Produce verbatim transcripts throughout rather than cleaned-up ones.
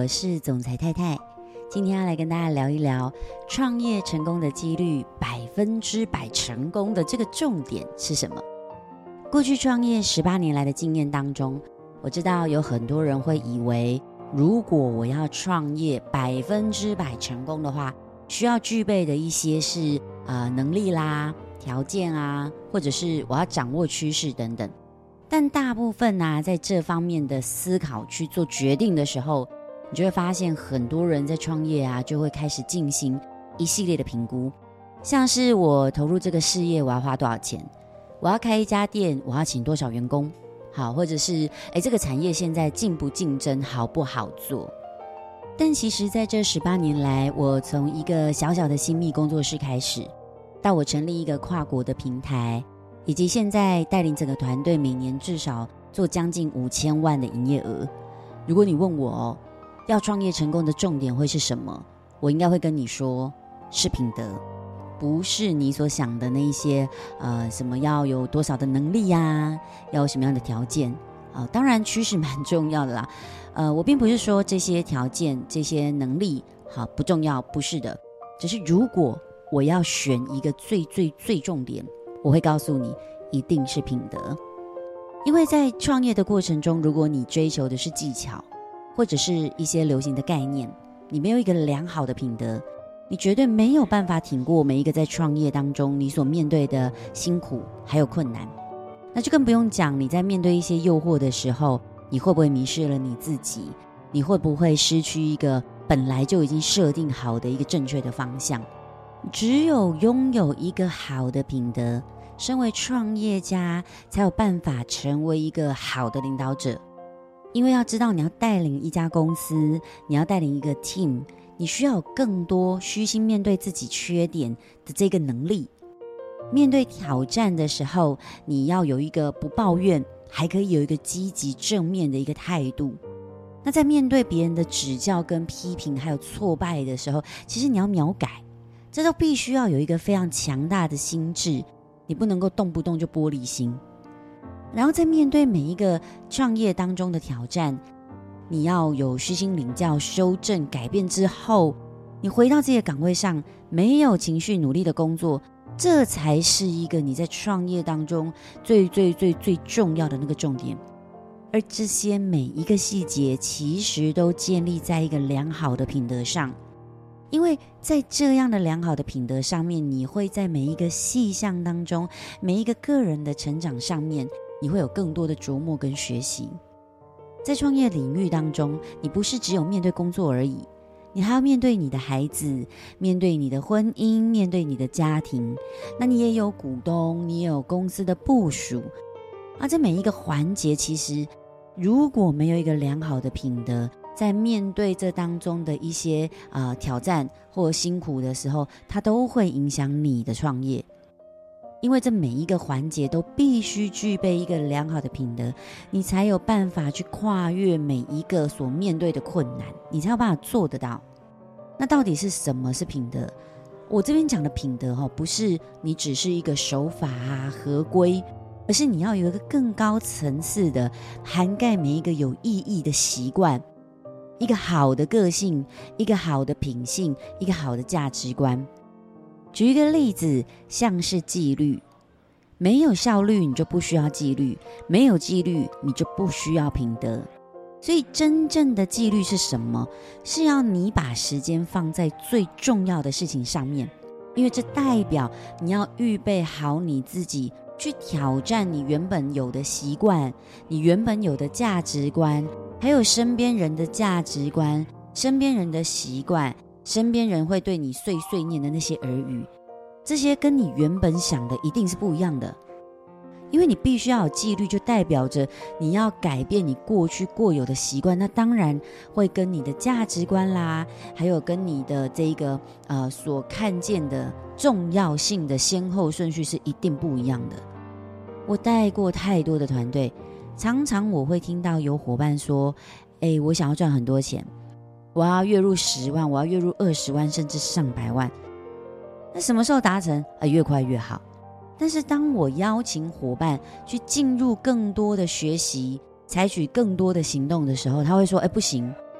我是总裁太太。今天要来跟大家聊一聊创业成功的几率百分之百成功的这个重点是什么。过去创业十八年来的经验当中，我知道有很多人会以为，如果我要创业百分之百成功的话，需要具备的一些是、呃、能力啦、条件啊，或者是我要掌握趋势等等。但大部分啊，在这方面的思考去做决定的时候，你就会发现很多人在创业啊，就会开始进行一系列的评估，像是我投入这个事业，我要花多少钱？我要开一家店，我要请多少员工？好，或者是诶这个产业现在竞不竞争，好不好做？但其实在这十八年来，我从一个小小的新秘工作室开始，到我成立一个跨国的平台，以及现在带领整个团队每年至少做将近五千万的营业额。如果你问我哦，要创业成功的重点会是什么？我应该会跟你说，是品德，不是你所想的那一些呃什么要有多少的能力啊，要有什么样的条件啊、呃？当然趋势蛮重要的啦。呃，我并不是说这些条件、这些能力好不重要，不是的。只是如果我要选一个最最最重点，我会告诉你，一定是品德。因为在创业的过程中，如果你追求的是技巧，或者是一些流行的概念，你没有一个良好的品德，你绝对没有办法挺过每一个在创业当中你所面对的辛苦还有困难。那就更不用讲你在面对一些诱惑的时候，你会不会迷失了你自己？你会不会失去一个本来就已经设定好的一个正确的方向？只有拥有一个好的品德，身为创业家才有办法成为一个好的领导者。因为要知道你要带领一家公司，你要带领一个 team， 你需要有更多虚心面对自己缺点的这个能力。面对挑战的时候，你要有一个不抱怨，还可以有一个积极正面的一个态度。那在面对别人的指教跟批评还有挫败的时候，其实你要秒改，这都必须要有一个非常强大的心智，你不能够动不动就玻璃心。然后在面对每一个创业当中的挑战，你要有虚心领教、修正、改变之后，你回到自己的岗位上，没有情绪努力的工作，这才是一个你在创业当中最最最最重要的那个重点。而这些每一个细节其实都建立在一个良好的品德上，因为在这样的良好的品德上面，你会在每一个细项当中，每一个个人的成长上面，你会有更多的琢磨跟学习。在创业领域当中，你不是只有面对工作而已，你还要面对你的孩子，面对你的婚姻，面对你的家庭，那你也有股东，你也有公司的部属啊。这每一个环节，其实如果没有一个良好的品德，在面对这当中的一些、呃、挑战或辛苦的时候，它都会影响你的创业。因为这每一个环节都必须具备一个良好的品德，你才有办法去跨越每一个所面对的困难，你才有办法做得到。那到底是什么是品德？我这边讲的品德、哦、不是你只是一个守法啊、合规，而是你要有一个更高层次的，涵盖每一个有意义的习惯，一个好的个性，一个好的品性，一个好的价值观。举一个例子，像是纪律，没有效率你就不需要纪律，没有纪律你就不需要品德。所以真正的纪律是什么？是要你把时间放在最重要的事情上面，因为这代表你要预备好你自己，去挑战你原本有的习惯，你原本有的价值观，还有身边人的价值观，身边人的习惯，身边人会对你碎碎念的那些耳语，这些跟你原本想的一定是不一样的。因为你必须要有纪律，就代表着你要改变你过去过有的习惯，那当然会跟你的价值观啦，还有跟你的这个呃所看见的重要性的先后顺序是一定不一样的。我带过太多的团队，常常我会听到有伙伴说，诶，我想要赚很多钱，我要月入十万，我要月入二十万，甚至上百万。那什么时候达成？啊，越快越好。但是当我邀请伙伴去进入更多的学习，采取更多的行动的时候，他会说，哎，不行，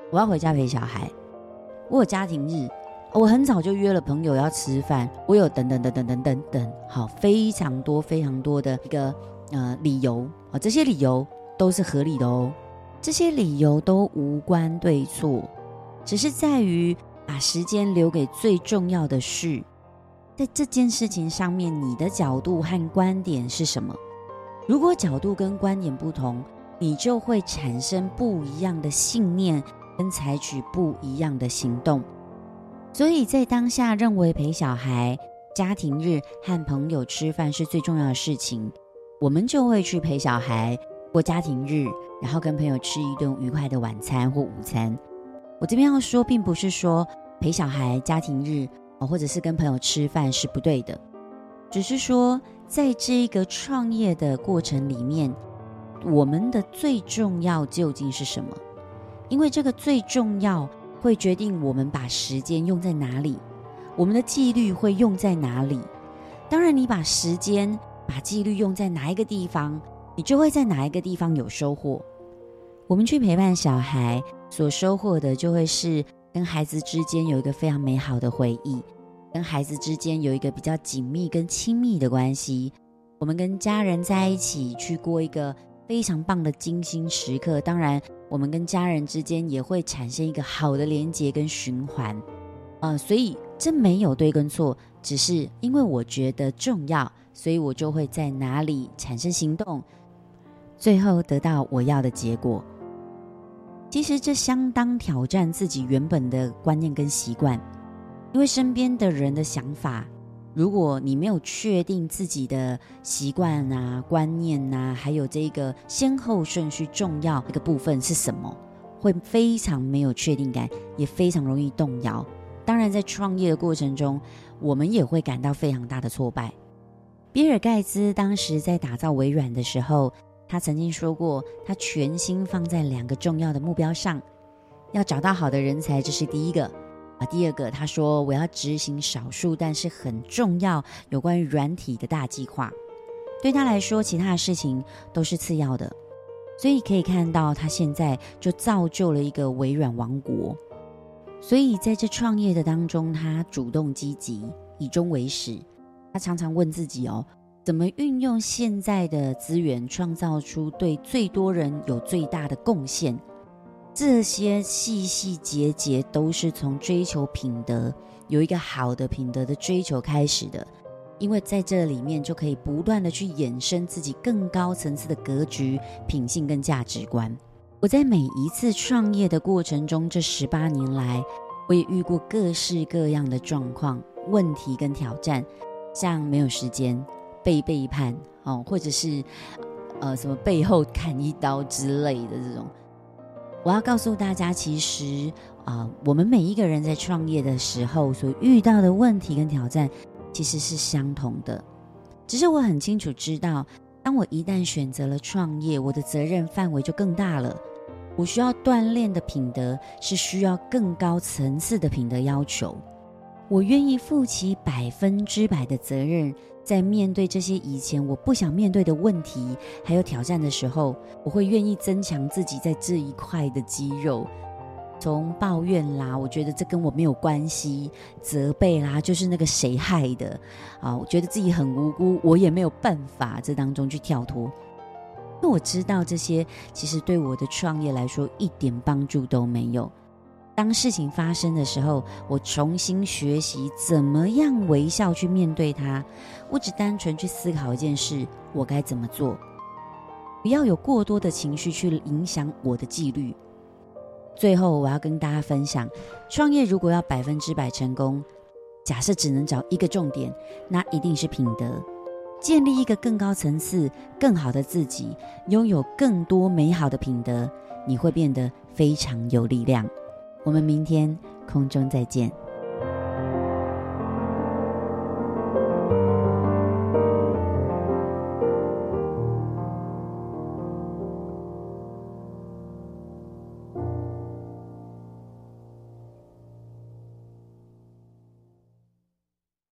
我要回家陪小孩，我有家庭日，我很早就约了朋友要吃饭，我有等等等等等等等，好，非常多非常多的一个呃理由，哦，这些理由都是合理的哦，这些理由都无关对错，只是在于把时间留给最重要的事。在这件事情上面，你的角度和观点是什么？如果角度跟观点不同，你就会产生不一样的信念，跟采取不一样的行动。所以在当下认为陪小孩、家庭日和朋友吃饭是最重要的事情，我们就会去陪小孩过家庭日，然后跟朋友吃一顿愉快的晚餐或午餐。我这边要说，并不是说陪小孩、家庭日或者是跟朋友吃饭是不对的，只是说在这个创业的过程里面，我们的最重要究竟是什么？因为这个最重要会决定我们把时间用在哪里，我们的纪律会用在哪里。当然你把时间把纪律用在哪一个地方，你就会在哪一个地方有收获。我们去陪伴小孩所收获的就会是跟孩子之间有一个非常美好的回忆，跟孩子之间有一个比较紧密跟亲密的关系，我们跟家人在一起去过一个非常棒的精心时刻。当然我们跟家人之间也会产生一个好的连结跟循环，呃，所以这没有对跟错，只是因为我觉得重要，所以我就会在哪里产生行动，最后得到我要的结果。其实这相当挑战自己原本的观念跟习惯，因为身边的人的想法，如果你没有确定自己的习惯啊、观念啊，还有这个先后顺序重要一个部分是什么，会非常没有确定感，也非常容易动摇。当然在创业的过程中，我们也会感到非常大的挫败。比尔盖茨当时在打造微软的时候，他曾经说过，他全心放在两个重要的目标上，要找到好的人才，这是第一个啊。第二个，他说我要执行少数但是很重要有关于软体的大计划。对他来说，其他的事情都是次要的。所以可以看到，他现在就造就了一个微软王国。所以在这创业的当中，他主动积极，以终为始。他常常问自己哦，怎么运用现在的资源，创造出对最多人有最大的贡献？这些细细节节都是从追求品德，有一个好的品德的追求开始的。因为在这里面就可以不断的去衍生自己更高层次的格局、品性跟价值观。我在每一次创业的过程中，这十八年来，我也遇过各式各样的状况、问题跟挑战，像没有时间、被背叛，哦，或者是呃什么背后砍一刀之类的这种。我要告诉大家，其实啊、呃，我们每一个人在创业的时候所遇到的问题跟挑战其实是相同的，只是我很清楚知道，当我一旦选择了创业，我的责任范围就更大了。我需要锻炼的品德是需要更高层次的品德要求。我愿意负起百分之百的责任，在面对这些以前我不想面对的问题还有挑战的时候，我会愿意增强自己在这一块的肌肉。从抱怨啦，我觉得这跟我没有关系，责备啦，就是那个谁害的啊，我觉得自己很无辜，我也没有办法这当中去跳脱。因为我知道这些其实对我的创业来说一点帮助都没有。当事情发生的时候，我重新学习怎么样微笑去面对它，我只单纯去思考一件事，我该怎么做，不要有过多的情绪去影响我的纪律。最后我要跟大家分享，创业如果要百分之百成功，假设只能找一个重点，那一定是品德。建立一个更高层次更好的自己，拥有更多美好的品德，你会变得非常有力量。我们明天空中再见。